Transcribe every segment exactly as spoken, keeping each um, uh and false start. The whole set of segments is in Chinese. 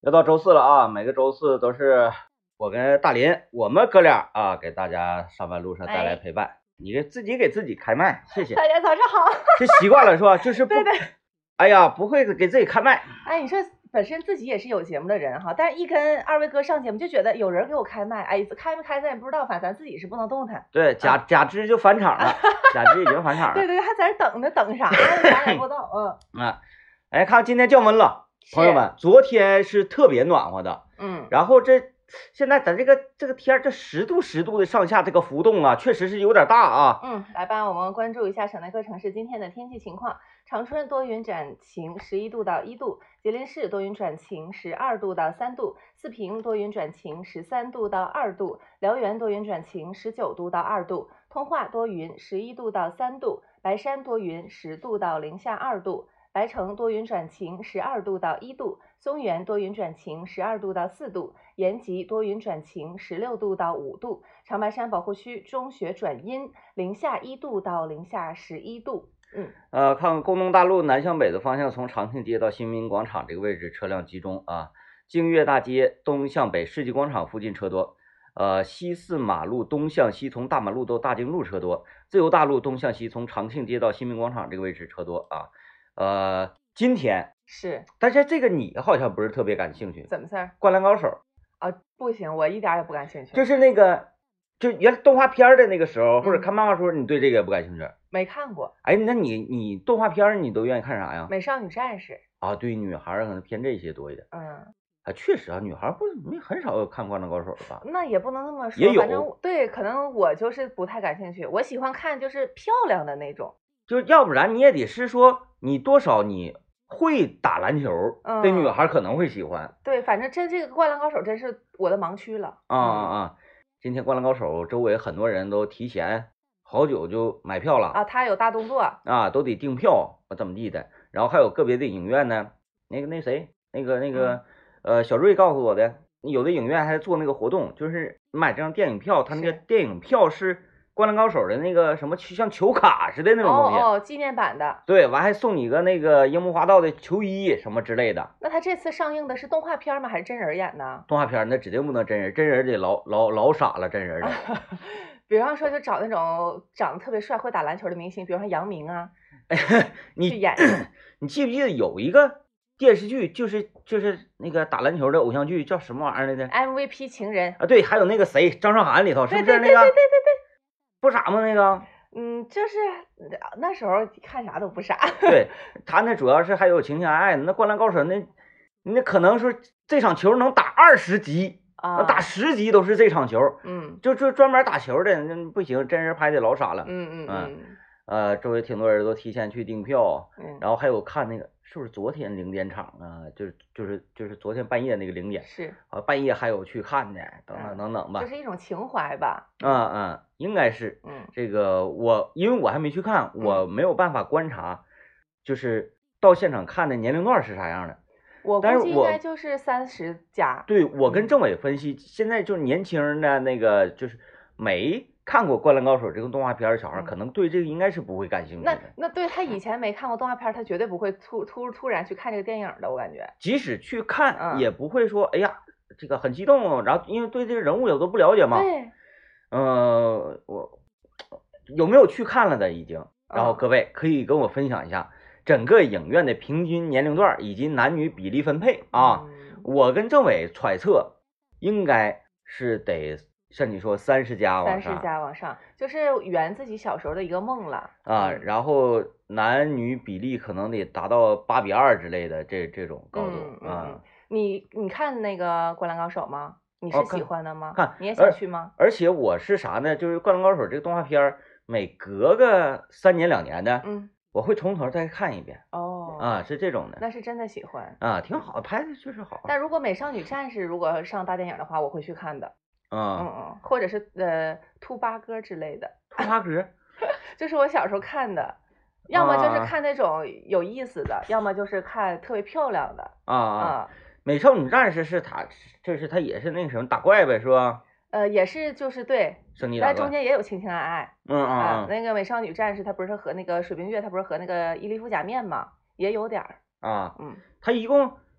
又到周四了啊，每个周四都是我跟大林，我们哥俩啊，给大家上班路上带来陪伴。哎、你给自己给自己开麦，谢谢。 大家早上好。 这习惯了是吧？就是不对对。 哎呀，不会给自己开麦。 哎，你说本身自己也是有节目的人哈，但是一跟二位哥上节目就觉得有人给我开麦，哎，开没开咱也不知道，反正咱自己是不能动弹。 对，贾贾芝就返场了，贾芝已经返场了。 对对，还在这等着等啥呢？咱也不知道。嗯啊，哎，看今天降温了。朋友们，昨天是特别暖和的， 嗯， 然后这现在咱这个这个天这十度十度的上下这个浮动啊，确实是有点大啊。 嗯，来吧，我们关注一下省内各城市今天的天气情况。长春多云转晴，十一度到一度；吉林市多云转晴，十二度到三度；四平多云转晴，十三度到二度；辽源多云转晴，十九度到二度；通化多云，十一度到三度；白山多云，十度到零下二度。白城多云转晴，十二度到一度；松原多云转晴，十二度到四度；延吉多云转晴，十六度到五度；长白山保护区中雪转阴，零下一度到零下十一度。嗯， 呃，看工农大路南向北的方向，从长庆街到新民广场这个位置车辆集中啊。净月大街东向北世纪广场附近车多，呃，西四马路东向西从大马路到大经路车多，自由大路东向西从长庆街到新民广场这个位置车多啊。呃，今天是， 但是这个你好像不是特别感兴趣， 怎么事儿？ 灌篮高手啊，不行，我一点也不感兴趣。 就是那个，就原来动画片的那个时候，或者看漫画书，你对这个也不感兴趣？ 没看过。 哎，那你你动画片你都愿意看啥呀？ 美少女战士啊，对，女孩可能偏这些多一点。 嗯， 啊，确实啊，女孩不没很少有看灌篮高手的吧？ 那也不能那么说， 也有， 反正对，可能我就是不太感兴趣。我喜欢看就是漂亮的那种， 就要不然你也得是说你多少你。会打篮球的女孩可能会喜欢、 嗯，对，反正真这个灌篮高手真是我的盲区了啊啊啊！今天灌篮高手周围很多人都提前好久就买票了啊，他有大动作啊，都得订票怎么地的。然后还有个别的影院呢，那个那谁，那个那个、嗯、呃小瑞告诉我的，有的影院还做那个活动，就是买这张电影票，他那个电影票是。灌篮高手的那个什么像球卡似的那种东西， 哦哦，纪念版的。 对，完还送你个那个樱木花道的球衣什么之类的。 那他这次上映的是动画片吗？还是真人演的？ 动画片那指定不能真人，真人得老老老傻了，真人的。 比方说，就找那种长得特别帅、会打篮球的明星，比方说杨明啊， 你去演。 你记不记得有一个电视剧，就是就是那个打篮球的偶像剧，叫什么玩意儿来着 ？M V P 情人啊，对，还有那个谁，张韶涵里头是不是那个？ 对对对对对对。 不傻吗？那个， 嗯，就是那时候看啥都不傻。 对他那主要是还有情情爱爱的，那灌篮高手那那可能是这场球能打二十集啊， 打十集都是这场球。 嗯， 就就专门打球的，那不行，真人拍的老傻了。 嗯嗯嗯呃，周围挺多人都提前去订票， 嗯， 然后还有看那个是不是昨天零点场啊？就是就是就是昨天半夜那个零点是啊，半夜还有去看的，等等等等吧， 这是一种情怀吧？ 嗯嗯，应该是， 嗯， 这个我因为我还没去看，我没有办法观察，就是到现场看的年龄段是啥样的。 我估计应该就是三十加。 对，我跟政委分析，现在就是年轻的那个就是没看过《灌篮高手》这个动画片的小孩，可能对这个应该是不会感兴趣的。 那那对他以前没看过动画片，他绝对不会突突突然去看这个电影的，我感觉。 即使去看，也不会说，哎呀，这个很激动，然后因为对这个人物有都不了解嘛。 对。 呃，我有没有去看了的已经？然后各位可以跟我分享一下整个影院的平均年龄段以及男女比例分配啊。 嗯、 我跟政委揣测，应该是得。像你说三十加往上， 三十加往上，就是圆自己小时候的一个梦了啊。然后男女比例可能得达到八比二之类的这这种高度嗯啊。 嗯、你你看那个《灌篮高手》吗？你是喜欢的吗？ 哦、看， 你也想去吗？ 而且我是啥呢？就是《灌篮高手》这个动画片，每隔个三年两年的， 嗯， 我会从头再看一遍。 哦， 啊，是这种的。 那是真的喜欢啊，挺好，拍的确实好。 但如果《美少女战士》如果上大电影的话，我会去看的。 嗯嗯嗯，或者是呃兔八哥之类的。 兔八哥， 就是我小时候看的，要么就是看那种有意思的，啊、要么就是看特别漂亮的。 啊啊！美少女战士是他，就是他也是那个什么打怪呗，是吧？ 呃，也是就是对， 升级打怪， 但中间也有情情爱爱。 嗯嗯啊，那个美少女战士她不是和那个水冰月，她不是和那个伊利夫假面嘛，也有点儿啊。 嗯， 他一共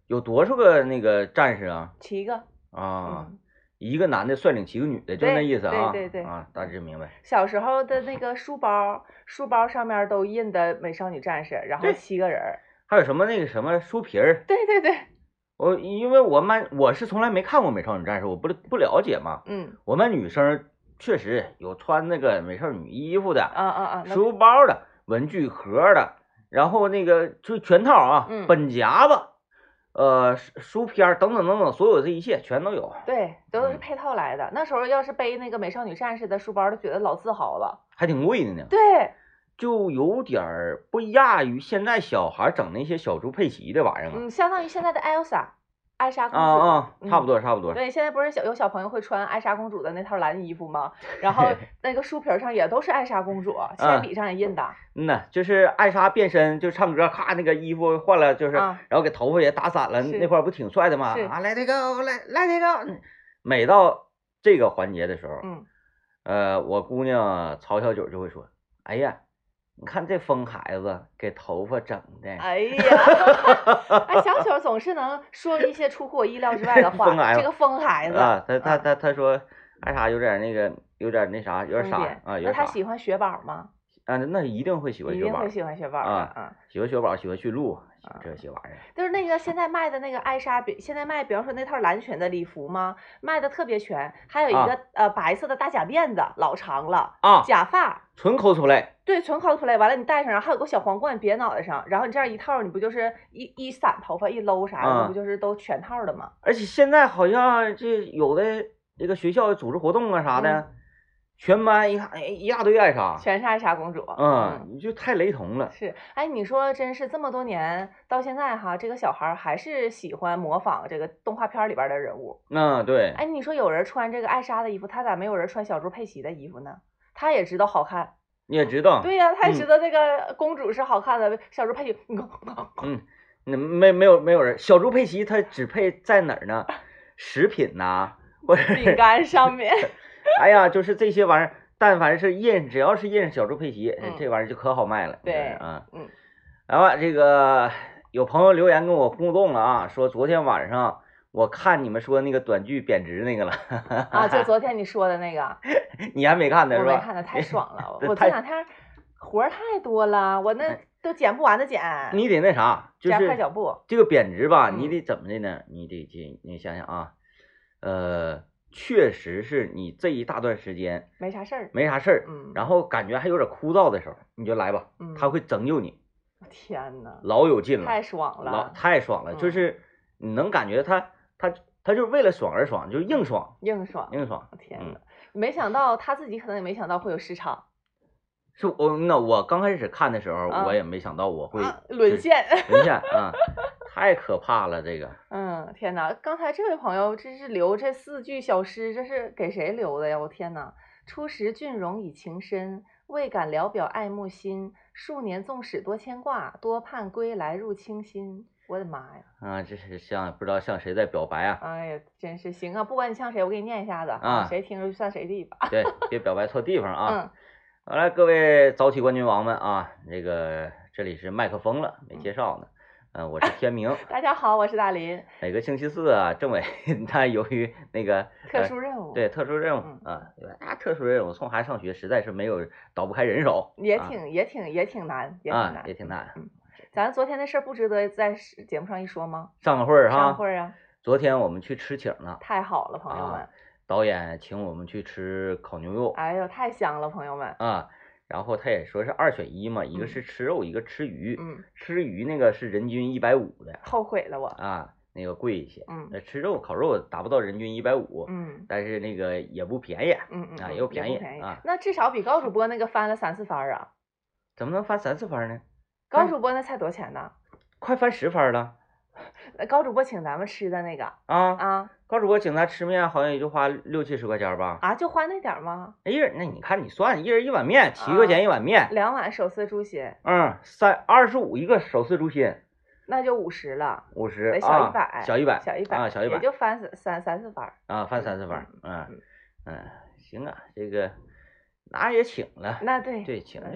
有多少个那个战士啊？ 七个啊， 嗯、 一个男的率领七个女的，就那意思啊。 对对对对啊，大致明白。 小时候的那个书包，书包上面都印的美少女战士，然后七个人。 还有什么那个什么书皮儿？ 对对对。 我因为我们班我是从来没看过美少女战士，我不不了解嘛。 嗯。 我们女生确实有穿那个美少女衣服的， 啊啊啊， 书包的，文具盒的，然后那个就全套啊， 嗯、 本夹子，呃，书片等等等等，所有这一切全都有。 对，都是配套来的。嗯、那时候要是背那个美少女战士的书包，都觉得老自豪了， 还挺贵的呢。 对， 就有点儿不亚于现在小孩整那些小猪佩奇的玩意儿啊。 嗯，相当于现在的艾莎。艾莎公主啊啊，差不多差不多。 对，现在不是小有小朋友会穿艾莎公主的那套蓝衣服吗？然后那个书皮上也都是艾莎公主，铅笔上也印的。 嗯呐，就是艾莎变身就唱歌，咔那个衣服换了，就是、 啊、 然后给头发也打散了，那块不挺帅的吗？啊，来这个，来来这个。每到这个环节的时候， 嗯， 呃，我姑娘曹小九就会说：“哎呀。”你看这疯孩子给头发整的， 哎呀，哎，小九总是能说一些出乎我意料之外的话。这个疯孩子啊，他他他他说艾莎有点那个，有点那啥，有点傻啊，有点傻。 那他喜欢雪宝吗？ 啊，那一定会喜欢雪宝， 一定会喜欢雪宝啊， 嗯， 喜欢雪宝，喜欢驯鹿，这些玩意儿。 就是那个现在卖的那个艾莎，比现在卖，比方说那套蓝裙的礼服吗？卖的特别全，还有一个、 啊、 呃白色的大假辫子，老长了啊， 假发， 纯 cosplay。 对，纯 cosplay， 完了你戴上，然后还有个小皇冠别脑袋上，然后你这样一套，你不就是一一散头发一搂啥的， 啊、 不就是都全套的吗？ 而且现在好像这有的这个学校组织活动啊啥的。嗯，全班一看，哎，一大堆艾莎， 全是艾莎公主。 嗯，你就太雷同了。 是，哎，你说真是这么多年到现在哈，这个小孩还是喜欢模仿这个动画片里边的人物。 嗯，对。 哎，你说有人穿这个艾莎的衣服，他咋没有人穿小猪佩奇的衣服呢？他也知道好看， 你也知道。 对呀、啊，他也知道这个公主是好看的，嗯、小猪佩奇， 嗯，那没没有没有人，小猪佩奇它只配在哪儿呢？食品呐、啊，或者饼干上面。 哎呀，就是这些玩意儿。但凡是印，只要是印小猪佩奇， 嗯、 这玩意儿就可好卖了。 对， 啊， 嗯， 然后这个有朋友留言跟我互动了啊，说昨天晚上我看你们说那个短剧贬值那个了。 啊，就昨天你说的那个。 你还没看呢是吧？ 我没看呢，太爽了！我这两天活儿太多了，我那都剪不完的剪。 你得那啥，就是加快脚步。 这个贬值吧， 嗯、 你得怎么的呢？你得你你想想啊，呃。确实是你这一大段时间没啥事儿， 没啥事儿， 嗯， 然后感觉还有点枯燥的时候，你就来吧， 嗯， 他会拯救你。 天呐， 老有劲了， 太爽了， 老太爽了， 嗯、 就是你能感觉他他他就是为了爽而爽，就是硬爽， 硬爽， 硬爽。 天呐，嗯、没想到他自己可能也没想到会有市场。 是我那我刚开始看的时候， 啊、 我也没想到我会、 啊、沦陷， 沦陷啊。太可怕了，这个。 嗯，天哪！刚才这位朋友这是留这四句小诗，这是给谁留的呀？我天哪！初识俊容以情深，未敢聊表爱慕心。数年纵使多牵挂，多盼归来入清心。我的妈呀！ 啊，这是向不知道向谁在表白啊？ 哎呀，真是行啊！不管你向谁，我给你念一下子啊，谁听着就算谁的吧。 对，别表白错地方啊。 嗯。 好了，各位早起冠军王们啊，这个这里是麦克风了，没介绍呢。嗯、呃，我是天明。 大家好，我是大林。 每个星期四啊，政委他由于那个特殊任务， 呃、对特殊任务、 嗯、 啊，啊特殊任务送孩子上学实在是没有倒不开人手， 也挺、啊、也挺也挺难，也挺难， 啊、也挺难。 嗯，咱昨天的事儿不值得在节目上一说吗？ 上个会儿哈， 上会儿啊。 昨天我们去吃请了， 太好了，朋友们。 啊、导演请我们去吃烤牛肉， 哎呦，太香了，朋友们。 啊。然后他也说是二选一嘛，一个是吃肉，一个吃鱼。 嗯， 吃鱼那个是人均一百五的， 后悔了我啊，那个贵一些。 嗯， 那吃肉烤肉达不到人均一百五， 嗯， 但是那个也不便宜， 嗯嗯啊，又便宜啊。 那至少比高主播那个翻了三四番啊？ 怎么能翻三四番呢？ 高主播那才多少钱呢？ 快翻十番了。 高主播请咱们吃的那个啊啊， 高主播请咱吃面好像也就花六七十块钱吧？ 啊，就花那点吗？ 一人那你看你算，一人一碗面，七块钱一碗面， 啊、两碗手撕猪心， 嗯，三二十五一个手撕猪心， 那就五十了， 五十得小一百、 啊，小一百， 小一百啊，小一百， 也就翻三三四番啊，翻三四番， 嗯嗯嗯，行啊，这个那也请了， 那对对请了。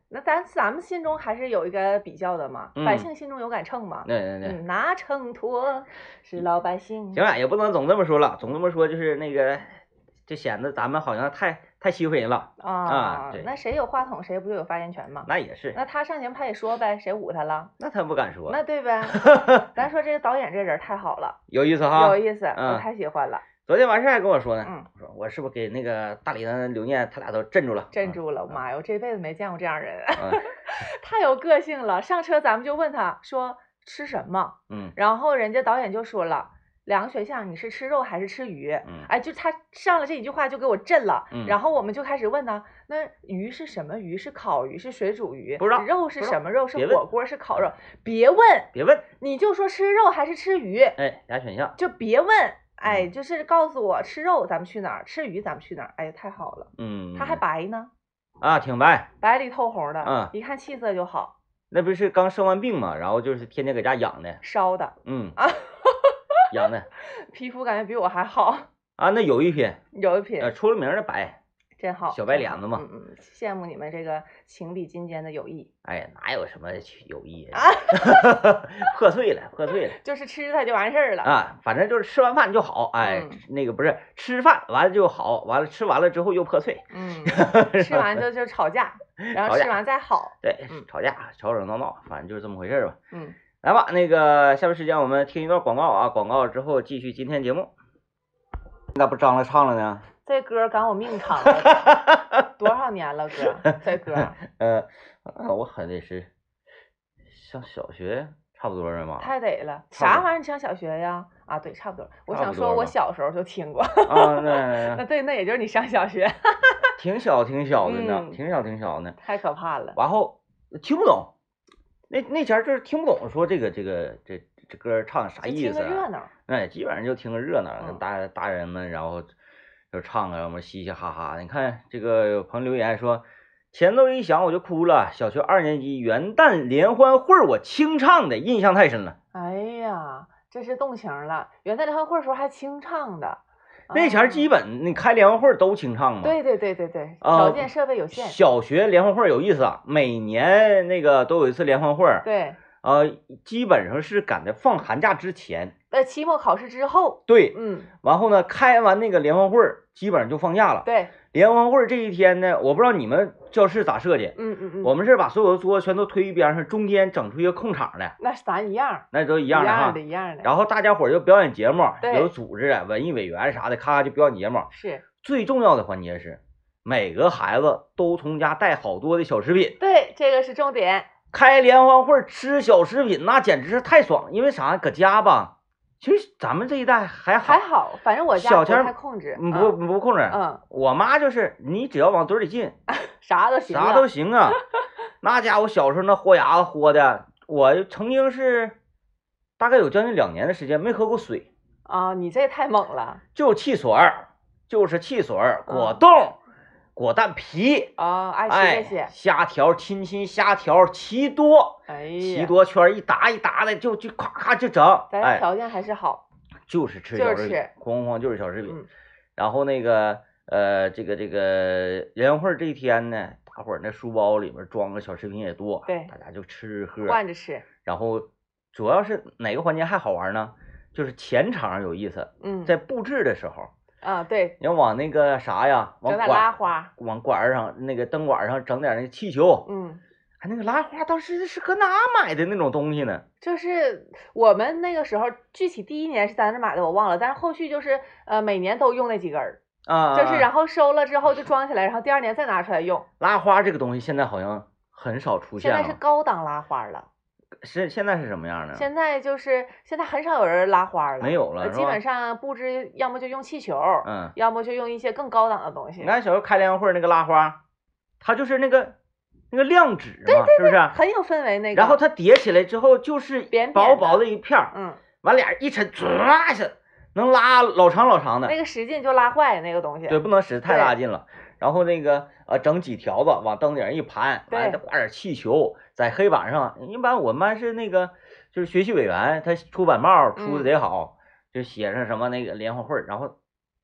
那咱咱们心中还是有一个比较的嘛， 嗯、 百姓心中有杆秤嘛。 对对对， 嗯、拿秤砣是老百姓。 行了，也不能总这么说了，总这么说就是那个，就显得咱们好像太太欺负人了啊。 啊对， 那谁有话筒，谁不就有发言权嘛？ 那也是。 那他上节目他也说呗，谁捂他了？ 那他不敢说。 那对呗。咱说这个导演这人太好了， 有意思哈， 有意思， 嗯、 我太喜欢了。 昨天完事还跟我说呢， 嗯， 我说我是不是给那个大林、刘念他俩都镇住了？ 镇住了，妈呀，我这辈子没见过这样人， 嗯、 太有个性了。上车咱们就问他说吃什么， 嗯， 然后人家导演就说了两个选项，你是吃肉还是吃鱼？ 嗯， 哎，就他上了这一句话就给我震了。 嗯， 然后我们就开始问他，那鱼是什么鱼？是烤鱼？是水煮鱼？ 不知道。 肉是什么肉？是别火锅？是烤肉？别问， 别问， 你就说吃肉还是吃鱼？ 哎，俩选项， 就别问。哎，就是告诉我吃肉咱们去哪儿，吃鱼咱们去哪儿。哎呀，太好了， 嗯， 他还白呢， 啊，挺白， 白里透红的， 嗯， 一看气色就好。 那不是刚生完病嘛，然后就是天天搁家养的， 烧的， 嗯啊， 养的， 皮肤感觉比我还好啊，那有一品， 有一品， 呃，出了名的白。 真好， 小白脸子嘛， 嗯嗯，羡慕你们这个情比金坚的友谊。 哎呀，哪有什么友谊啊， 破碎了，破碎了， 就是吃它就完事儿了啊，反正就是吃完饭就好，哎， 嗯、 那个不是吃饭完了就好，完了吃完了之后又破碎， 嗯，吃完就就吵架，然后吃完再好， 对， 嗯、 吵架吵吵闹闹，反正就是这么回事吧。 嗯， 来吧，那个下面时间我们听一段广告啊，广告之后继续今天节目。那不张了唱了呢？ 这歌赶我命唱了，多少年了哥？这歌， 呃，我还得是上小学差不多了嘛。 太得了，啥玩意儿？你上小学呀？啊，对，差不多。我想说，我小时候就听过。 啊，那那对，那也就是你上小学。 挺小挺小的呢， 嗯、 挺小挺小的。 太可怕了。 然后听不懂，那那前就是听不懂，说这个这个这这歌唱啥意思、啊？ 听个热闹。 哎，基本上就听个热闹， 嗯、 大大人们然后。就唱啊，什么嘻嘻哈哈的。你看这个有朋友留言说，前奏一响我就哭了。小学二年级元旦联欢会我清唱的，印象太深了。 哎呀，这是动情了。元旦联欢会的时候还清唱的， 那前基本你开联欢会都清唱嘛。 对对对对对，条件设备有限。 呃、小学联欢会有意思啊，每年那个都有一次联欢会。 对。 呃，基本上是赶在放寒假之前。 呃，期末考试之后。 对， 嗯。 然后呢，开完那个联欢会，基本上就放假了。 对。 联欢会这一天呢，我不知道你们教室咋设计。 嗯嗯嗯。 我们是把所有的桌子全都推一边上，中间整出一个空场来。 那咱一样。 那都一样的哈。 一样的，一样的。 然后大家伙就表演节目， 对， 有组织的文艺委员啥的，咔就表演节目。 是。 最重要的环节是，每个孩子都从家带好多的小食品。 对，这个是重点。 开联欢会吃小食品，那简直是太爽！因为啥？搁家吧，其实咱们这一代还好， 还好，反正我家不太控制， 嗯、不不控制。 嗯， 我妈就是你只要往嘴里进， 啥都行， 啥都行啊。那家伙小时候那豁牙子豁的，我曾经是大概有将近两年的时间没喝过水啊！你这太猛了， 就汽水儿，就是汽水儿，果冻。嗯果蛋皮啊、哦，爱吃这些、 哎、虾条，亲亲虾条，奇多， 哎， 奇多圈一打一打的，就就咔咔就整。 咱条件还是好， 哎、就是吃小食品，哐哐就是小食品。 嗯、 然后那个呃，这个这个联欢会这一天呢，大伙儿那书包里面装个小食品也多， 对， 大家就吃喝换着吃。 然后主要是哪个环节还好玩呢？就是前场有意思， 嗯， 在布置的时候。 啊，对， 你要往那个啥呀，往整点拉花， 往管上那个灯管上整点那个气球， 嗯， 还那个拉花当时是搁哪买的那种东西呢？ 就是我们那个时候，具体第一年是在哪买的我忘了，但是后续就是呃每年都用那几根儿啊， 就是然后收了之后就装起来，然后第二年再拿出来用。 拉花这个东西现在好像很少出现了， 现在是高档拉花了。 是现在是什么样的？ 现在就是现在很少有人拉花了， 没有了， 基本上布置要么就用气球， 嗯， 要么就用一些更高档的东西。 你看小时候开联欢会那个拉花，它就是那个那个亮纸嘛， 对对对， 是不是？ 很有氛围那个。 然后它叠起来之后就是薄薄的一片儿， 嗯， 完俩一抻，唰一下能拉老长老长的。 那个使劲就拉坏那个东西。 对，不能使太大劲了。然后那个呃，整几条子往灯顶一盘，完了再挂点气球，在黑板上。一般我们班是那个就是学习委员，他出板报出的贼好， 嗯、 就写上什么那个联欢会，然后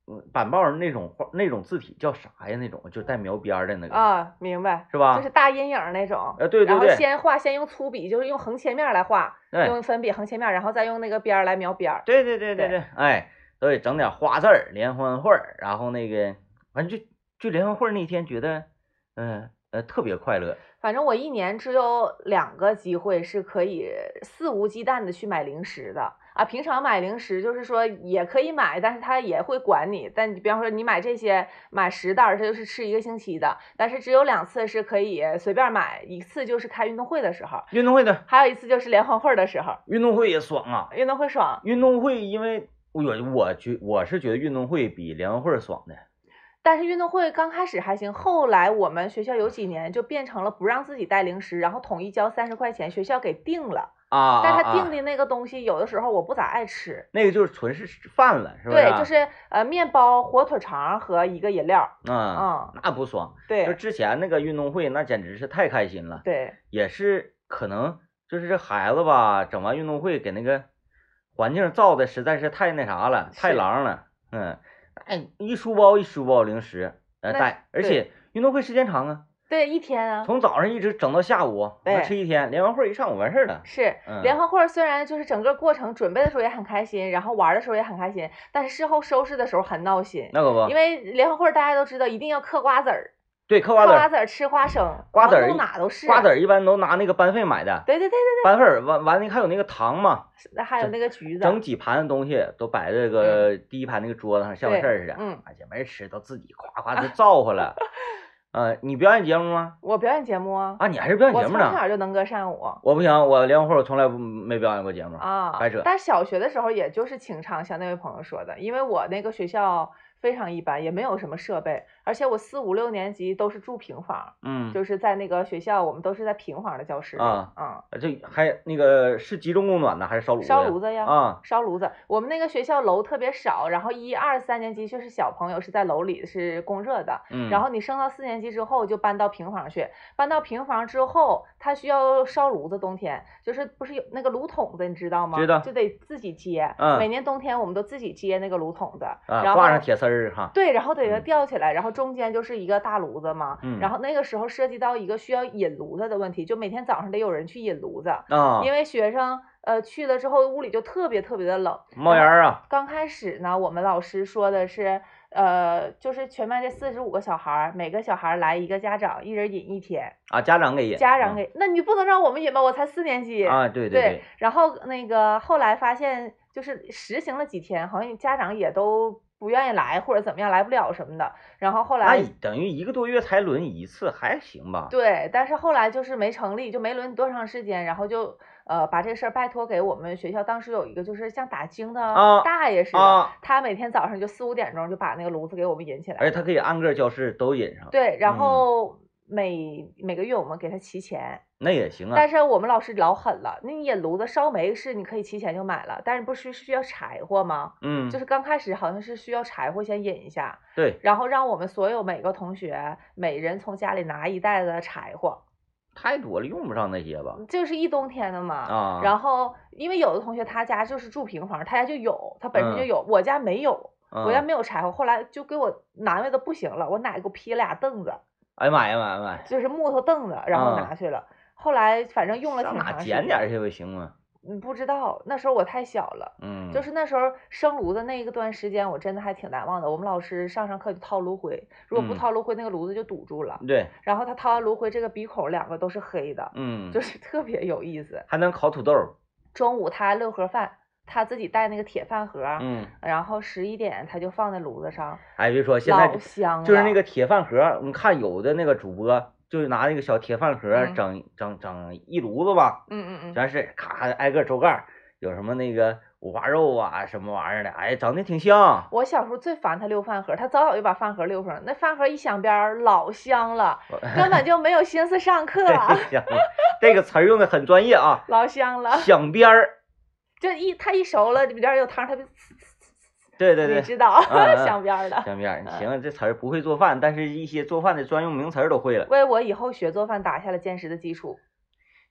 板报那种画那种字体叫啥呀？那种就带描边的那个啊，明白是吧？ 就是大阴影那种。 呃，对对对。 然后先画，先用粗笔，就是用横切面来画，用粉笔横切面，然后再用那个边来描边。 对对对对对，哎，都得整点花字儿，联欢会儿，然后那个反正就就联欢会那天觉得，嗯呃特别快乐。 反正我一年只有两个机会是可以肆无忌惮的去买零食的啊。平常买零食就是说也可以买，但是他也会管你。但你比方说你买这些，买十袋，这就是吃一个星期的。但是只有两次是可以随便买，一次就是开运动会的时候， 运动会的， 还有一次就是联欢会的时候。 运动会也爽啊， 运动会爽。 运动会因为我我觉我是觉得运动会比联欢会爽的。 但是运动会刚开始还行，后来我们学校有几年就变成了不让自己带零食，然后统一交三十块钱，学校给定了啊。 但他定的那个东西，有的时候我不咋爱吃。 那个就是纯是饭了，是吧？ 对，就是呃面包、火腿肠和一个饮料。 嗯嗯，那不爽。 对， 就之前那个运动会，那简直是太开心了。 对， 也是可能就是这孩子吧，整完运动会给那个环境造的实在是太那啥了，太狼了。嗯，哎，一书包一书包零食。呃带，而且运动会时间长啊， 对，一天啊， 从早上一直整到下午，能吃一天。联欢会一上午完事儿了。 是， 嗯、 联欢会虽然就是整个过程准备的时候也很开心，然后玩的时候也很开心，但是事后收拾的时候很闹心。 那可不， 因为联欢会大家都知道一定要嗑瓜子儿。 对，嗑瓜子儿， 嗑瓜子儿吃花生， 瓜子儿哪都是。 瓜子儿一般都拿那个班费买的。 对对对对对。 班费儿完完那还有那个糖嘛， 那还有那个橘子， 整几盘东西都摆在这个第一排那个桌子上，像个事儿似的。 嗯， 而且没人吃，都自己夸夸就造化了。呃，你表演节目吗？ 我表演节目啊。 啊，你还是表演节目呢？ 我从小就能歌善舞。 我不行，我联欢会我从来没表演过节目啊， 白扯。 但小学的时候也就是清唱，像那位朋友说的，因为我那个学校非常一般，也没有什么设备，而且我四五六年级都是住平房， 嗯， 就是在那个学校，我们都是在平房的教室啊啊。 这还那个是集中供暖的还是烧炉子？ 烧炉子呀， 啊， 烧炉子。我们那个学校楼特别少，然后一二三年级就是小朋友是在楼里是供热的， 嗯， 然后你升到四年级之后就搬到平房去，搬到平房之后，他需要烧炉子，冬天就是不是有那个炉筒子，你知道吗？ 知道， 就得自己接， 嗯， 每年冬天我们都自己接那个炉筒子， 啊， 然后挂上铁丝儿哈， 对，然后得给它吊起来，然后中间就是一个大炉子嘛， 嗯， 然后那个时候涉及到一个需要引炉子的问题，就每天早上得有人去引炉子啊， 因为学生呃去了之后屋里就特别特别的冷， 冒烟啊。 刚开始呢，我们老师说的是，呃，就是全班这四十五个小孩，每个小孩来一个家长，一人引一天啊，家长给引， 家长给，嗯、那你不能让我们引吧？我才四年级啊，对对对, 对。然后那个后来发现，就是实行了几天，好像家长也都不愿意来，或者怎么样来不了什么的。然后后来那等于一个多月才轮一次，还行吧？ 对，但是后来就是没成立，就没轮多长时间，然后就。呃，把这事儿拜托给我们学校，当时有一个就是像打更的大爷似的， 啊、 他每天早上就四五点钟就把那个炉子给我们引起来， 而且他可以按个教室都引上。 对，然后每、嗯、每个月我们给他齐钱， 那也行啊。 但是我们老师老狠了，那你引炉子烧煤是你可以提前就买了，但是不是需要柴火吗？ 嗯， 就是刚开始好像是需要柴火先引一下， 对， 然后让我们所有每个同学每人从家里拿一袋子柴火。 太多了，用不上那些吧？ 就是一冬天的嘛， 啊， 然后因为有的同学他家就是住平房，他家就有，他本身就有，嗯、我家没有， 嗯、 我家没有柴火，后来就给我难为的不行了，我奶给我批了俩凳子， 哎呀妈呀妈呀妈呀， 就是木头凳子，然后拿去了，嗯、后来反正用了挺长时间。 上哪捡点去不行吗？ 嗯，不知道，那时候我太小了， 嗯， 就是那时候生炉子那一段时间，我真的还挺难忘的。我们老师上上课就掏炉灰，如果不掏炉灰，那个炉子就堵住了。 对， 然后他掏完炉灰，这个鼻孔两个都是黑的， 嗯， 就是特别有意思。 还能烤土豆。 中午他六盒饭，他自己带那个铁饭盒， 嗯， 然后十一点他就放在炉子上。 哎，别说现在老香了， 就是那个铁饭盒，你看有的那个主播。就是拿那个小铁饭盒整、嗯、整整一炉子吧， 嗯嗯嗯， 全是咔挨个周盖，有什么那个五花肉啊什么玩意儿的，哎，整的挺香。 我小时候最烦他溜饭盒，他早早就把饭盒溜上，那饭盒一响边老香了，根本就没有心思上课。 香，这个词儿用的很专业啊， 老香了。 响边儿， 就一它一熟了，里边有汤，它就。 对对对， 你知道， 嗯、 香边的， 香边，行，这词儿不会做饭，但是一些做饭的专用名词都会了， 为我以后学做饭打下了坚实的基础。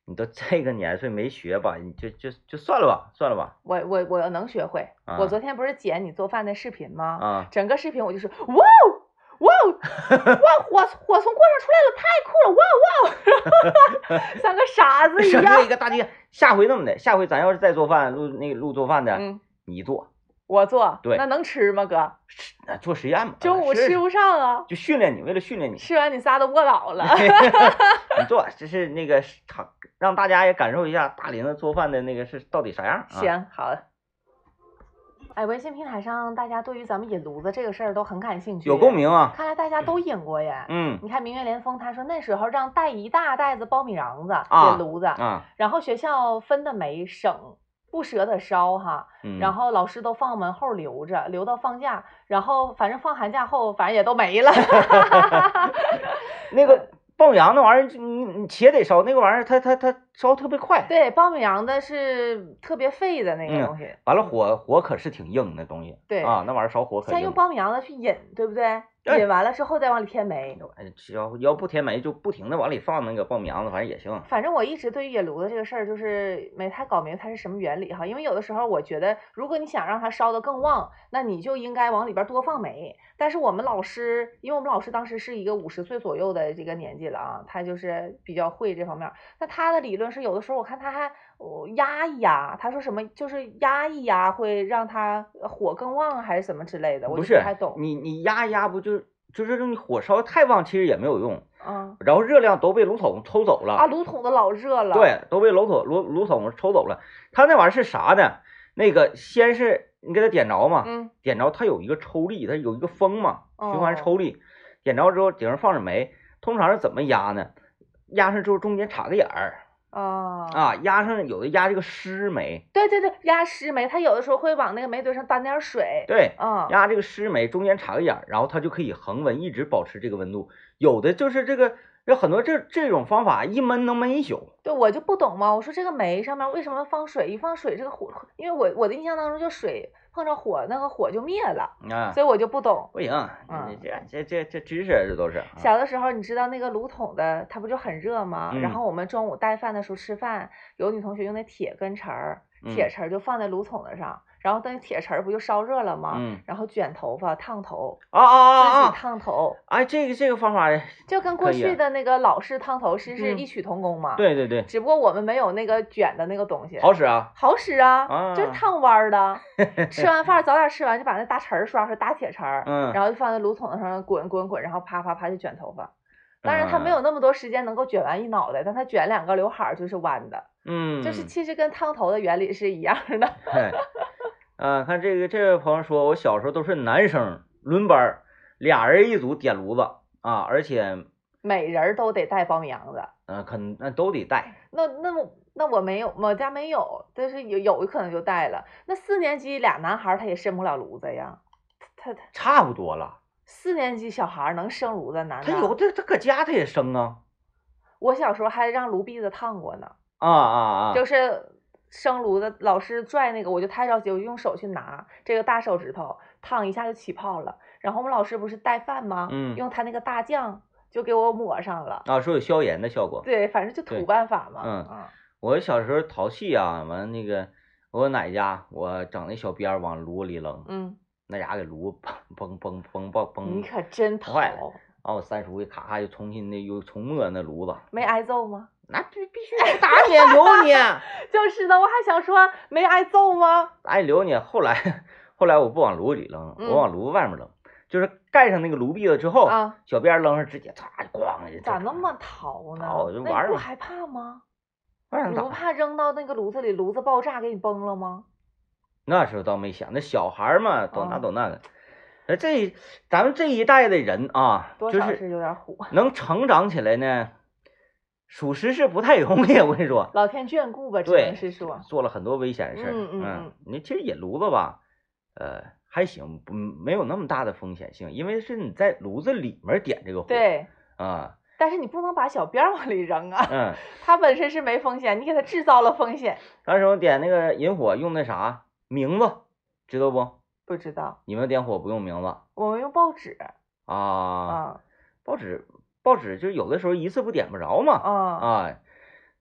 你都这个年岁没学吧，你就就就算了吧，算了吧。 我我我能学会。 啊、 我昨天不是剪你做饭的视频吗？ 啊， 整个视频我就是哇哦哇哦哇，火火从锅上出来了，太酷了，哇哇，像个傻子一样。 省了一个大街。下回那么的，下回咱要是再做饭，录那个录做饭的， 嗯， 你做， 我做， 对， 那能吃吗，哥？ 做实验嘛， 中午吃不上啊， 就训练你，为了训练你， 吃完你仨都卧倒了。 你做，这是那个场，让大家也感受一下大林子做饭的那个是到底啥样。啊、 行，好的。哎，微信平台上大家对于咱们引炉子这个事儿都很感兴趣， 有共鸣啊。 看来大家都引过呀。 嗯， 你看明月连风他说那时候让带一大袋子苞米瓤子啊引炉子， 啊， 然后学校分的煤省，不舍得烧哈， 嗯、 然后老师都放门后留着，留到放假，然后反正放寒假后反正也都没了。 那个苞米瓤那玩意儿，你你且得烧，那个玩意儿它它它烧特别快。 对，苞米瓤的是特别废的那个东西。 嗯、完了火火可是挺硬的东西。 对啊，那玩意儿烧火可硬。 先用苞米瓤子去引，对不对？引完了之后再往里添煤。 要要不添煤就不停的往里放那个苞米瓤子，反正也行。 反正我一直对于引炉子这个事儿就是没太搞明它是什么原理哈，因为有的时候我觉得，如果你想让它烧得更旺，那你就应该往里边多放煤。但是我们老师，因为我们老师当时是一个五十岁左右的这个年纪了啊，他就是比较会这方面。那他的理论是，有的时候我看他还哦压一压，他说什么就是压一压会让它火更旺还是什么之类的，我就不太懂。 你你压一压不就就是你火烧太旺，其实也没有用。 嗯， 然后热量都被炉桶抽走了啊，炉桶都老热了。 对，都被炉桶炉炉桶抽走了。它那玩意儿是啥呢？那个先是你给它点着嘛， 嗯， 点着它有一个抽力，它有一个风嘛， 哦、 循环抽力。点着之后顶上放着煤，通常是怎么压呢？压上之后中间插个眼儿。 啊啊，压上有的压这个湿煤， 对对对，压湿煤，它有的时候会往那个煤堆上担点水， 对， 啊、嗯， 压这个湿煤中间插个眼儿，然后它就可以恒温，一直保持这个温度。有的就是这个，有很多这这种方法一闷能闷一宿。 对，我就不懂嘛，我说这个煤上面为什么放水？一放水这个火，因为我我的印象当中就水碰着火，那个火就灭了啊， 所以我就不懂。 不行， 嗯， 这这这这知识这都是。 小的时候你知道那个炉桶的它不就很热吗？ 嗯、 然后我们中午带饭的时候吃饭，有女同学用那铁跟匙儿，铁匙儿就放在炉桶子上。然后等铁匙不就烧热了吗？ 嗯， 然后卷头发烫头啊啊啊，自己烫头。 哎，这个这个方法就跟过去的那个老式烫头师是异曲同工嘛。 嗯、对对对。 只不过我们没有那个卷的那个东西。 好使啊。 好使啊， 啊就是烫弯的。吃完饭早点吃完就把那大匙刷出来，大铁匙， 嗯， 然后就放在炉桶上滚滚滚，然后啪啪啪就卷头发。当然他没有那么多时间能够卷完一脑袋，但他卷两个刘海就是弯的。 嗯， 就是其实跟烫头的原理是一样的。 啊，看这个这位朋友说，我小时候都是男生轮班，俩人一组点炉子啊，而且每人都得带苞米瓤子。 嗯、呃，可能那都得带。 那那那我没有，我家没有，但是有有可能就带了。那四年级俩男孩他也生不了炉子呀，他他差不多了。 四年级小孩能生炉子男的？ 他有的他搁家他也生啊。 我小时候还让炉篦子烫过呢。 啊啊啊！ 就是生炉子，老师拽那个，我就太着急，我就用手去拿，这个大手指头烫一下就起泡了。然后我们老师不是带饭吗？ 嗯， 用他那个大酱就给我抹上了。 啊，说有消炎的效果。 对，反正就土办法嘛。 嗯嗯， 我小时候淘气啊，完那个我奶家我整那小鞭往炉里扔， 嗯， 那家给炉嘣嘣嘣嘣嘣， 你可真淘。 坏了。然后我三叔给咔咔又重新的又重抹那炉子。 没挨揍吗？ 那必必须得打你留你。 就是的，我还想说没挨揍吗？ 打你留你。后来后来我不往炉里扔， 嗯、 我往炉子外面扔，就是盖上那个炉篦子之后， 啊， 小鞭扔上直接嚓咣的。 咋那么淘呢？ 哦，就玩那你不害怕吗？ 你不怕扔到那个炉子里，炉子爆炸给你崩了吗？ 那时候倒没想，那小孩嘛，都那哦都那个。呃，这咱们这一代的人啊， 多少是有点虎， 能成长起来呢，属实是不太容易。我跟你说， 老天眷顾吧，只能是说做了很多危险的事儿。 嗯嗯嗯， 你其实引炉子吧，呃，还行，不没有那么大的风险性，因为是你在炉子里面点这个火。 对啊。 但是你不能把小鞭往里扔啊。 嗯。 它本身是没风险，你给它制造了风险。 当时我点那个引火用那啥名字，知道不？ 不知道。 你们点火不用名字？ 我们用报纸。 啊。 啊。 报纸，报纸就有的时候一次不点不着嘛。 啊。 啊，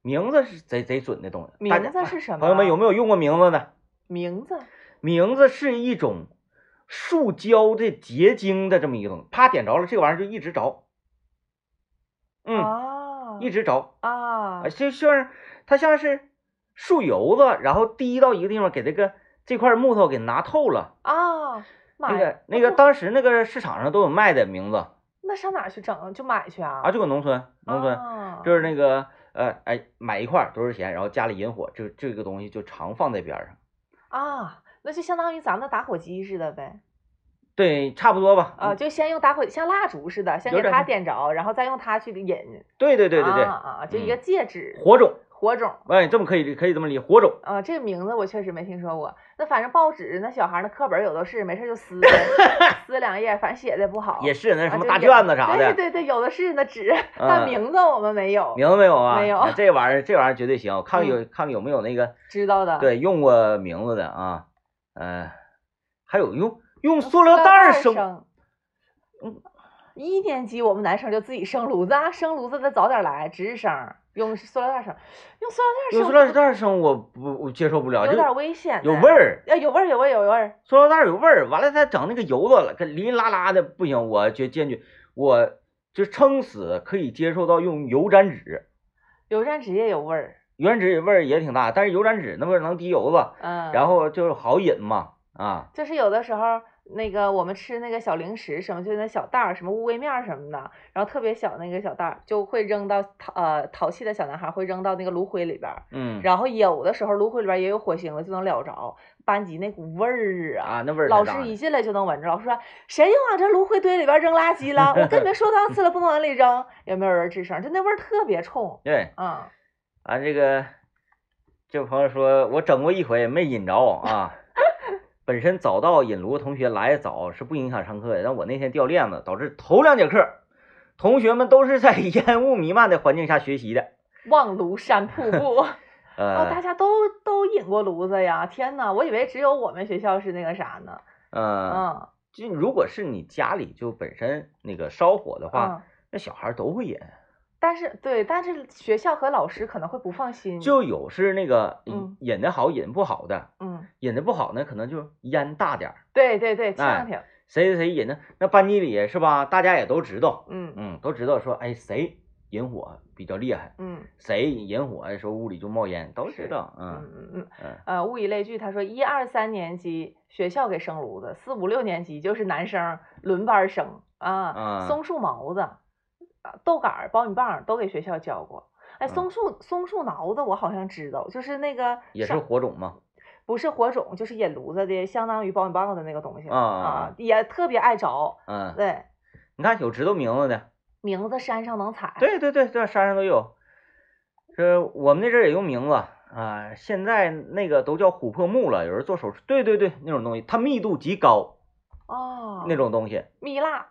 名字是贼贼准的东西。 名字是什么？ 朋友们有没有用过名字的？ 名字， 名字是一种塑胶的结晶的这么一个东西，啪点着了，这个玩意儿就一直着。嗯， 啊， 一直着啊， 就像它像是树油子，然后滴到一个地方，给这个这块木头给拿透了啊。 那个那个当时那个市场上都有卖的名字。 那上哪去整？就买去啊？ 啊，就搁农村，农村、 啊、 就是那个呃哎买一块多少钱，然后家里引火，这这个东西就常放在边上。 啊，那就相当于咱们的打火机似的呗。 对，差不多吧。 啊，就先用打火，像蜡烛似的，先给它点着，然后再用它去引。 对对对对对。 啊啊，就一个介质。 嗯、火种。 火种。 哎，这么可以可以这么理，火种。 啊，这个名字我确实没听说过。那反正报纸那小孩那课本有的是，没事就撕撕两页，反正写的不好。 也是那什么大卷子啥的。 对对对，有的是那纸，但名字我们没有。 名字没有啊？ 没有。 这玩意儿这玩意儿绝对行，看有、嗯、看有没有那个知道的。 对，用过名字的啊。呃，还有用用塑料袋生。 嗯，一年级我们男生就自己生炉子啊，生炉子得早点来，值日生用塑料袋生，用塑料袋生。 用塑料袋生我不我接受不了， 有点危险， 有味儿。 啊，有味儿有味儿有味儿。 塑料袋有味儿，完了再整那个油子了，跟哩啦啦的不行，我就坚决，我就撑死可以接受到用油毡纸。 油毡纸也有味儿， 油毡纸味儿也挺大，但是油毡纸那不是能滴油子， 嗯， 然后就是好饮嘛，啊， 就是有的时候。那个我们吃那个小零食什么，就那小袋儿，什么乌龟面什么的，然后特别小那个小袋儿，就会扔到淘呃淘气的小男孩会扔到那个炉灰里边， 嗯， 然后有的时候炉灰里边也有火星子，就能燎着班级那股味儿啊， 啊那味儿， 老师一进来就能闻着，老师说谁又往这炉灰堆里边扔垃圾了？我跟你们说多少次了，不能往里扔，有没有人吱声？就那味儿特别冲。 对， 嗯， 啊这个这位朋友说我整过一回没引着啊。本身早到引炉同学来早是不影响上课的，但我那天掉链子，导致头两节课同学们都是在烟雾弥漫的环境下学习的。 望庐山瀑布， 呃， 哦，大家都都引过炉子呀！天哪，我以为只有我们学校是那个啥呢。 嗯嗯，就如果是你家里就本身那个烧火的话，嗯、那小孩都会引。 但是对，但是学校和老师可能会不放心， 就有是那个引的好，引不好的， 嗯， 引的不好呢，可能就烟大点儿。 对对对，呛挺。 谁谁谁引的，那班级里是吧？大家也都知道， 嗯嗯，都知道说，哎，谁引火比较厉害， 嗯， 谁引火的时候屋里就冒烟，都知道， 嗯嗯嗯嗯。 呃，物以类聚，他说一二三年级学校给生炉子，四五六年级就是男生轮班生啊， 嗯、 松树毛子。豆杆、苞米棒都给学校教过。哎，松树、嗯、松树挠子我好像知道，就是那个也是火种吗？ 不是火种，就是引炉子的，相当于苞米棒的那个东西啊啊，也特别爱着。 嗯， 对， 你看有知道名字的， 名字山上能采。 对对对，这山上都有。是我们那阵也用名字啊，现在那个都叫琥珀木了，有人做手术。对对对，那种东西它密度极高。 哦。 那种东西。 蜜蜡。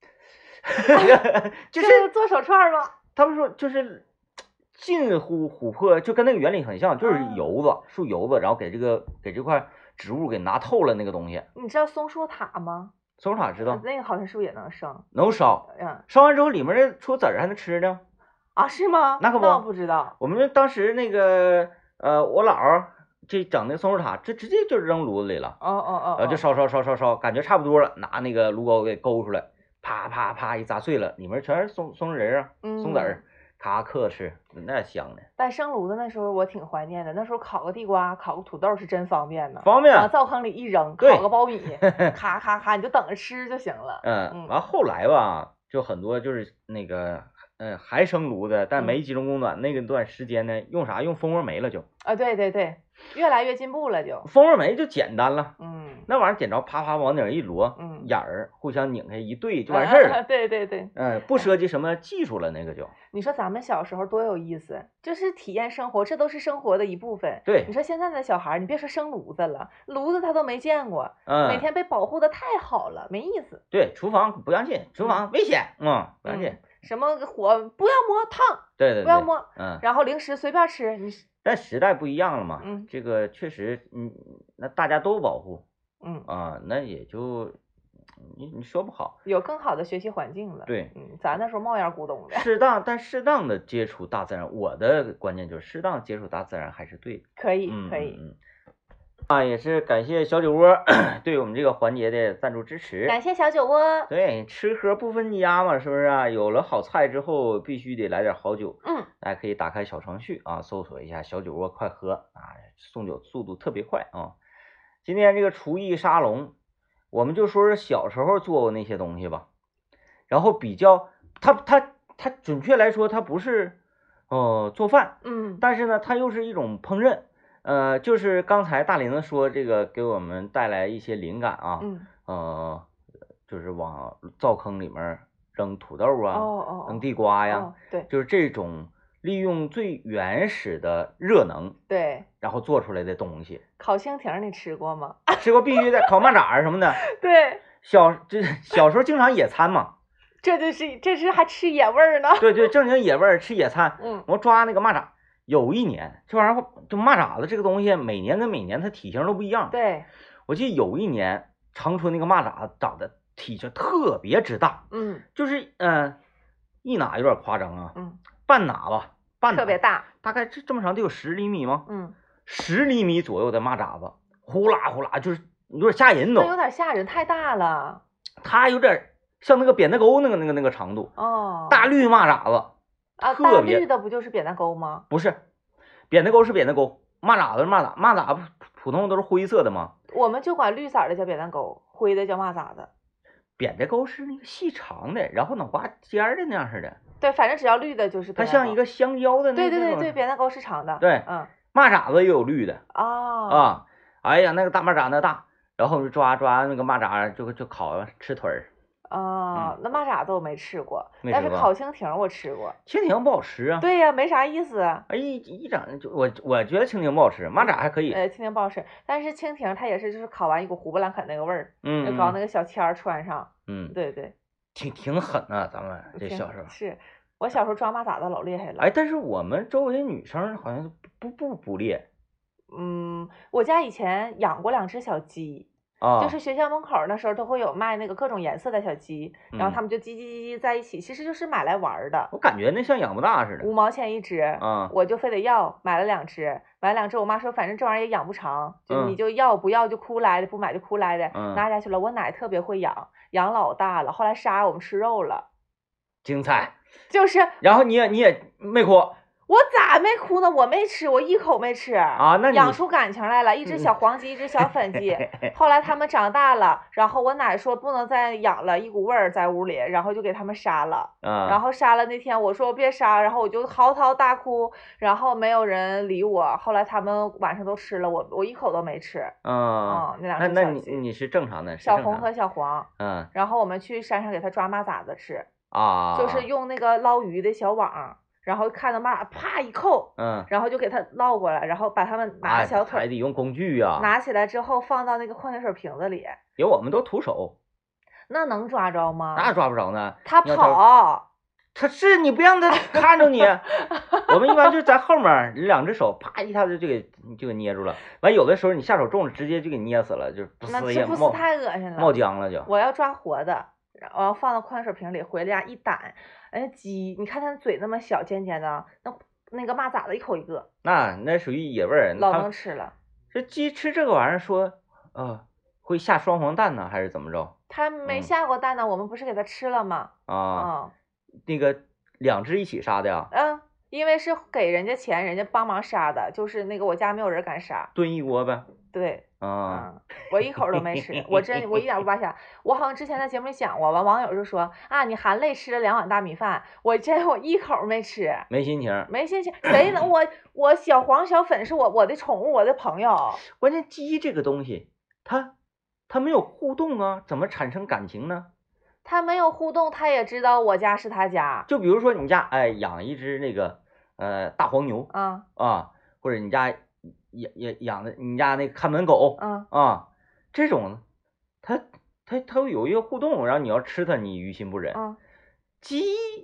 就是做手串吗？ 他们说就是近乎琥珀，就跟那个原理很像，就是油子，树油子，然后给这个给这块植物给拿透了那个东西。 你知道松树塔吗？ 松树塔知道， 那个好像是不是也能生？ 能烧， 嗯， 烧完之后里面的出籽儿还能吃呢。 啊，是吗？ 那可不， 那我不知道。 我们当时那个呃，我姥这整那松树塔，这直接就扔炉子里了。 哦哦哦。 然后就烧烧烧烧烧，感觉差不多了，拿那个炉钩给勾出来。啪啪啪一砸碎了，里面全是松松仁啊，松子儿，咔嗑吃，那香的。 但生炉子那时候我挺怀念的，那时候烤个地瓜、烤个土豆是真方便呢， 方便。 往灶坑里一扔，烤个苞米，咔咔咔，你就等着吃就行了。 嗯，完后来吧，就很多就是那个，嗯，还生炉子，但没集中供暖，那个段时间呢，用啥？用蜂窝煤了就。 啊，对对对，越来越进步了就。 蜂窝煤就简单了， 嗯， 那玩意儿点着，啪啪往顶上一摞， 嗯， 眼儿互相拧开一对就完事儿了。 对对对， 嗯，不涉及什么技术了，那个就。 你说咱们小时候多有意思，就是体验生活，这都是生活的一部分。 对， 你说现在的小孩，你别说生炉子了，炉子他都没见过， 嗯， 每天被保护的太好了，没意思。 对，厨房不让进，厨房危险，嗯，不让进。 什么火不要摸烫， 对对对， 不要摸， 嗯， 然后零食随便吃，你。 但时代不一样了嘛， 嗯， 这个确实，嗯，那大家都保护， 嗯啊，那也就你你说不好， 有更好的学习环境了。 对， 嗯，咱那时候冒烟咕咚的。 适当但适当的接触大自然，我的观念就是适当接触大自然还是对的。 可以， 嗯可以。 嗯嗯啊，也是感谢小酒窝对我们这个环节的赞助支持。 感谢小酒窝。 对，吃喝不分家嘛，是不是啊？有了好菜之后，必须得来点好酒。 嗯， 大家可以打开小程序啊，搜索一下小酒窝快喝啊，送酒速度特别快啊。今天这个厨艺沙龙，我们就说说小时候做过那些东西吧。然后比较，它它它准确来说，它不是呃做饭， 嗯， 但是呢，它又是一种烹饪。呃，就是刚才大林子说这个给我们带来一些灵感啊， 嗯， 呃，就是往灶坑里面扔土豆啊， 哦哦， 扔地瓜呀， 哦，对， 就是这种利用最原始的热能， 对， 然后做出来的东西。 烤蜻蜓你吃过吗？ 吃过，必须的，烤蚂蚱什么的。 对， 小这小时候经常野餐嘛。 这就是这是还吃野味儿呢。 对对，正经野味儿，吃野餐。 嗯， 我抓那个蚂蚱。有一年，这玩意儿就蚂蚱子这个东西，每年跟每年它体型都不一样。 对， 我记得有一年长春那个蚂蚱长得体型特别之大， 嗯， 就是嗯、呃、一哪有点夸张啊， 嗯， 半哪吧，半哪特别大， 大概这这么长得有十厘米吗？ 嗯， 十厘米左右的蚂蚱子，呼啦呼啦，就是有点吓人都。 那有点吓人，太大了。 它有点像那个扁担沟那个那个那个长度。 哦， 大绿蚂蚱子。 啊，大绿的不就是扁担沟吗？ 不是，扁担沟是扁担沟，蚂蚱子是蚂蚱，蚂蚱普通都是灰色的嘛。 我们就管绿色的叫扁担沟，灰的叫蚂蚱子。 扁担沟是那个细长的，然后脑瓜尖儿的那样似的。 对，反正只要绿的就是扁担沟。 它像一个香蕉的那对对对对，扁担沟是长的。 对， 嗯， 蚂蚱子也有绿的。 哦。 啊，哎呀，那个大蚂蚱那大，然后就抓抓那个蚂蚱就就烤吃腿儿。 哦， 嗯、 那蚂蚱子我没吃过， 没吃过但是烤蜻蜓我吃过。 蜻蜓不好吃啊。 对呀、啊，没啥意思。 哎，一一整就我我觉得蜻蜓不好吃，蚂蚱还可以。 呃，蜻蜓不好吃，但是蜻蜓它也是就是烤完一股胡不兰肯那个味儿， 嗯， 就搞那个小签儿穿上。 嗯， 对对， 挺挺狠啊，咱们这小时候。 是我小时候抓蚂蚱子老厉害了。 哎，但是我们周围女生好像不不捕猎。 嗯，我家以前养过两只小鸡。 啊， 就是学校门口那时候都会有卖那个各种颜色的小鸡， 嗯、 然后他们就叽叽叽叽在一起，其实就是买来玩的。 我感觉那像养不大似的， 五毛钱一只， 啊， 我就非得要，买了两只，买了两只，我妈说反正这玩意儿也养不长，就你就要不要就哭来的，不买就哭来的， 嗯、 拿下去了。我奶特别会养，养老大了，后来杀我们吃肉了， 精彩。 就是， 然后你也你也没哭。 我咋没哭呢？我没吃，我一口没吃啊。那你养出感情来了，一只小黄鸡，一只小粉鸡。后来他们长大了，然后我奶说不能再养了，一股味儿在屋里，然后就给他们杀了。 啊。 然后杀了那天，我说别杀，然后我就嚎啕大哭，然后没有人理我。后来他们晚上都吃了，我我一口都没吃。 嗯。 嗯，那两只小鸡。 那你你是正常的。 小红和小黄。 嗯。 然后我们去山上给它抓蚂蚱子吃。 啊。 就是用那个捞鱼的小网。然后看到蚂蚱啪一扣， 嗯， 然后就给它捞过来，然后把它们拿小腿， 还得用工具呀、啊。 拿起来之后放到那个矿泉水瓶子里。 因为我们都徒手。 那能抓着吗？ 那抓不着呢。 它跑。 它是你不让它看着你，我们一般就在后面，两只手啪一下子就给就给捏住了。完有的时候你下手重了，直接就给捏死了，就不那这不是太恶心了， 冒浆了就。 我要抓活的，然后放到矿泉水瓶里，回家一掸。哎，鸡，你看它嘴那么小，尖尖的，那那个蚂蚱子一口一个， 那那属于野味儿， 老能吃了。 这鸡吃这个玩意儿说，呃，会下双黄蛋呢，还是怎么着？ 它没下过蛋呢，嗯、我们不是给它吃了吗？ 啊，嗯、那个两只一起杀的呀？ 嗯，因为是给人家钱，人家帮忙杀的，就是那个我家没有人敢杀， 炖一锅呗。 对。 啊、 嗯，我一口都没吃，我真我一点不扒瞎。我好像之前在节目里讲过，完网友就说啊，你含泪吃了两碗大米饭，我真我一口没吃， 没心情， 没心情，谁能我我小黄小粉是我我的宠物，我的朋友。 关键鸡这个东西，它它没有互动啊，怎么产生感情呢？ 它没有互动，它也知道我家是他家。 就比如说你家哎养一只那个呃大黄牛， 啊啊，或者你家。养养养的你家那看门狗， 嗯啊，这种，它它它有一个互动，然后你要吃它，你于心不忍。 嗯， 鸡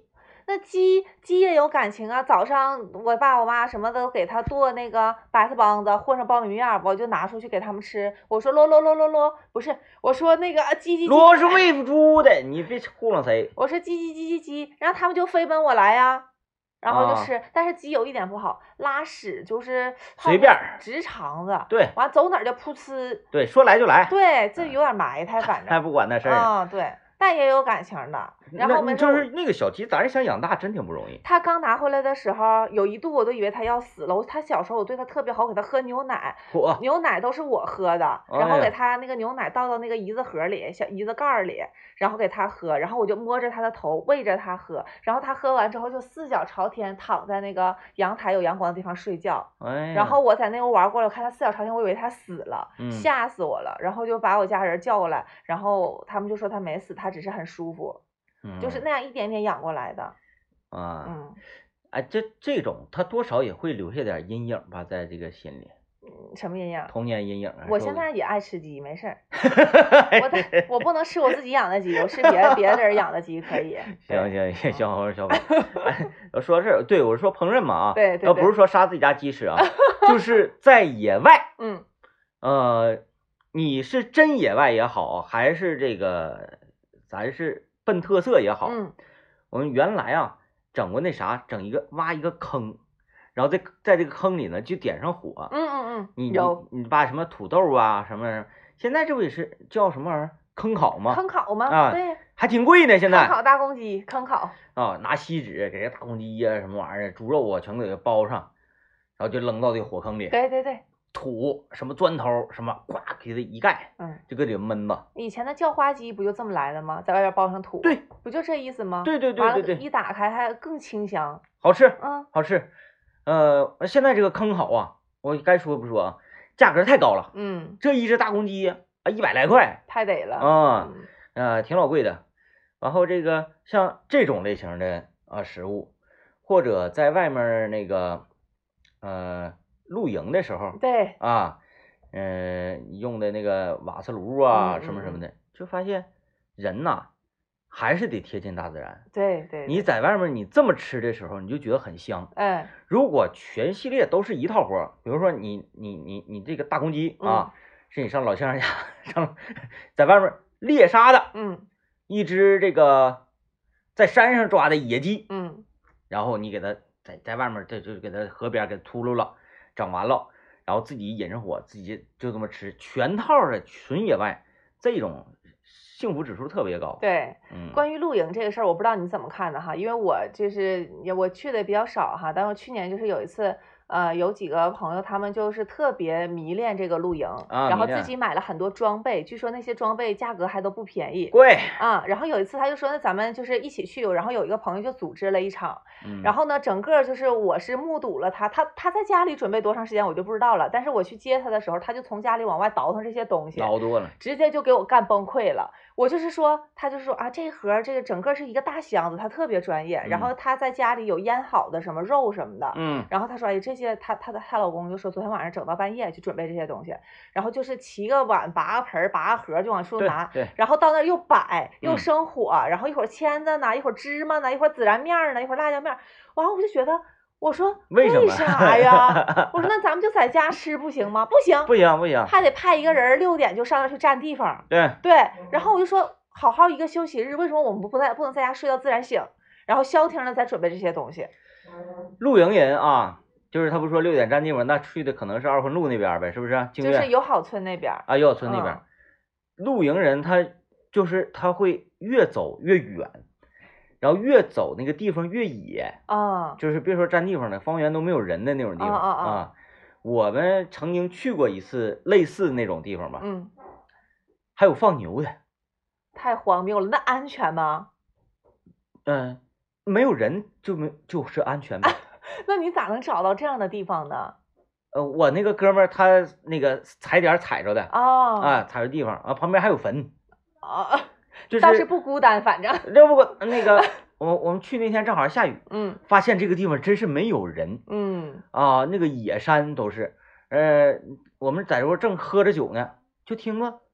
那鸡鸡也有感情啊。早上我爸我妈什么都给它剁那个白菜帮子，和上苞米面，我就拿出去给他们吃。我说啰啰啰啰啰，不是，我说那个鸡鸡鸡， 啰是喂猪的，你别糊弄谁。 我说鸡鸡鸡鸡鸡，然后他们就飞奔我来呀。然后就吃， 啊、 但是鸡有一点不好，拉屎就是随便直肠子， 对， 完走哪儿就噗呲， 对，说来就来， 对，这有点埋汰，反正还不管那事儿啊、嗯，对，但也有感情的。然后我们就是那个小鸡，咱想养大真挺不容易。 他刚拿回来的时候，有一度我都以为他要死了。我他小时候我对他特别好，给他喝牛奶，牛奶都是我喝的，然后给他那个牛奶倒到那个胰子盒里，小胰子盖里，然后给他喝，然后我就摸着他的头喂着他喝，然后他喝完之后就四脚朝天躺在那个阳台有阳光的地方睡觉。 哎， 然后我在那屋玩过来，我看他四脚朝天，我以为他死了， 嗯、 吓死我了。然后就把我家人叫过来，然后他们就说他没死，他只是很舒服。 嗯、 就是那样一点点养过来的。 啊， 嗯， 哎，这这种他多少也会留下点阴影吧，在这个心里。 嗯，什么阴影？ 童年阴影。 我现在也爱吃鸡，没事儿。我的我不能吃我自己养的鸡，我吃别别人养的鸡可以。 行行行，小伙小伙，哎，说到这儿，对我说烹饪嘛啊， 对对， 要不是说杀自己家鸡吃啊，就是在野外， 嗯， 呃，你是真野外也好，还是这个咱是奔特色也好， 嗯， 我们原来啊整过那啥，整一个挖一个坑。然后在在这个坑里呢，就点上火。 嗯嗯嗯， 你有你把什么土豆啊什么，现在这不也是叫什么玩意儿坑烤吗？ 坑烤吗？ 啊， 对， 还挺贵呢。现在坑烤大公鸡，坑烤啊，拿锡纸给这大公鸡呀、啊、什么玩意儿，猪肉啊全给它包上，然后就扔到这个火坑里。 对对对， 土什么砖头什么，咵给它一盖， 嗯， 就搁里闷吧。 以前的叫花鸡不就这么来的吗？在外边包上土， 对， 不就这意思吗？ 对对对对对， 一打开还更清香， 好吃， 嗯， 好吃。呃，现在这个坑好啊，我该说不说啊，价格太高了。 嗯， 这一只大公鸡啊，一百来块， 太得了啊，呃，挺老贵的。然后这个像这种类型的啊食物，或者在外面那个呃露营的时候， 对啊，嗯、呃，用的那个瓦斯炉啊、 嗯、 什么什么的，就发现人呐。还是得贴近大自然。 对 对, 对， 你在外面你这么吃的时候，你就觉得很香。 哎， 如果全系列都是一套活，比如说你你你你这个大公鸡啊， 嗯、 是你上老乡家上在外面猎杀的， 嗯， 一只这个在山上抓的野鸡， 嗯， 然后你给它在在外面这就给它河边给秃噜了，整完了，然后自己引上火，自己就这么吃，全套的纯野外这种。幸福指数特别高。 对， 嗯， 关于露营这个事儿，我不知道你怎么看的哈，因为我就是我去的比较少哈，但我去年就是有一次，呃，有几个朋友他们就是特别迷恋这个露营， 啊， 然后自己买了很多装备，据说那些装备价格还都不便宜， 贵啊。然后有一次他就说，那咱们就是一起去，然后有一个朋友就组织了一场， 嗯、 然后呢，整个就是我是目睹了他，他他在家里准备多长时间我就不知道了，但是我去接他的时候，他就从家里往外倒腾这些东西， 倒多了， 直接就给我干崩溃了。我就是说，他就是说啊，这盒这个整个是一个大箱子，他特别专业。然后他在家里有腌好的什么肉什么的， 嗯。 然后他说，哎，这些他他的她老公就说，昨天晚上整到半夜去准备这些东西，然后就是七个碗、八个盆、八个盒就往出拿， 对， 然后到那儿又摆又生火，嗯、然后一会儿签子呢，一会儿芝麻呢，一会儿孜然面呢，一会儿辣椒面，完了我就觉得。我说为什么啥呀？我说那咱们就在家吃不行吗？不行， 不行，不行， 还得派一个人六点就上那去占地方。 对对，然后我就说，好好一个休息日，为什么我们不在不能在家睡到自然醒？然后消停了再准备这些东西。 露营人啊，就是他不说六点占地方，那去的可能是二环路那边呗，是不是？ 就是友好村那边啊，友好村那边。嗯、露营人他就是他会越走越远。然后越走那个地方越野啊， 就是别说占地方了，方圆都没有人的那种地方啊, 啊, 啊, 啊。我们曾经去过一次类似那种地方吧， 嗯， 还有放牛的， 太荒谬了，那安全吗？ 嗯，没有人就没就是安全呗。 那你咋能找到这样的地方呢？ 呃，我那个哥们儿他那个踩点踩着的啊啊，踩着地方啊，旁边还有坟啊。 就是倒是不孤单，反正要不那个我我们去那天正好下雨， 嗯， 发现这个地方真是没有人， 嗯啊，那个野山都是，呃，我们在这块正喝着酒呢，就听着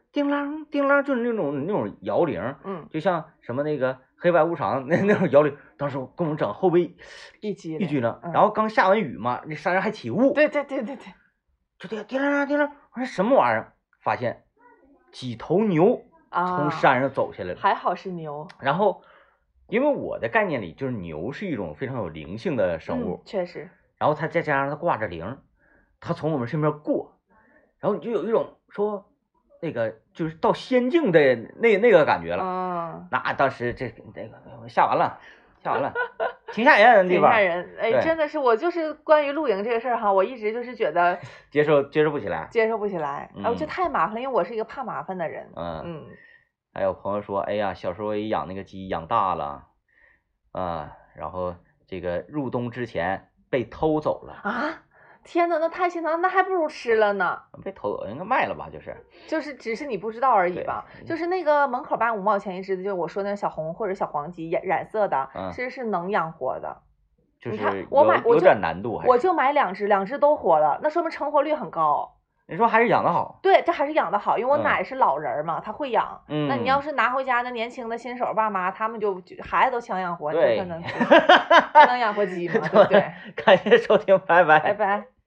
叮啷叮啷，就是那种那种摇铃， 嗯， 就像什么那个黑白无常那那种摇铃，当时跟我们整后背一激一激灵， 嗯、 然后刚下完雨嘛，那山上还起雾， 对对对对对， 就这个叮啷叮啷，我说什么玩意儿？发现几头牛从山上走下来了， 啊、还好是牛。 然后，因为我的概念里就是牛是一种非常有灵性的生物， 嗯、确实。 然后它再加上它挂着铃，它从我们身边过，然后你就有一种说那个就是到仙境的那那个感觉了。 嗯， 那当时这这个下完了，下完了，挺吓人的地方。 挺吓人，哎，真的是我就是关于露营这个事儿哈，我一直就是觉得接受接受不起来， 接受不起来， 嗯、 哎，我觉得太麻烦了，因为我是一个怕麻烦的人。 嗯嗯。 还有朋友说，哎呀，小时候也养那个鸡，养大了，啊，然后这个入冬之前被偷走了啊！天呐，那太心疼，那还不如吃了呢。 被偷走应该卖了吧？就是就是只是你不知道而已吧。就是那个门口卖五毛钱一只的，就是我说那小红或者小黄鸡染染色的， 嗯、 其实是能养活的。 就是你看我买有有点难度还是， 我就买两只，两只都活了，那说明成活率很高。 你说还是养的好？ 对，这还是养的好，因为我嗯奶是老人嘛，他会养。 嗯， 那你要是拿回家的年轻的新手爸妈，他们就孩子都想养活， 对， 可能不能养活鸡嘛，对不对？ 感谢收听，拜拜， 拜拜。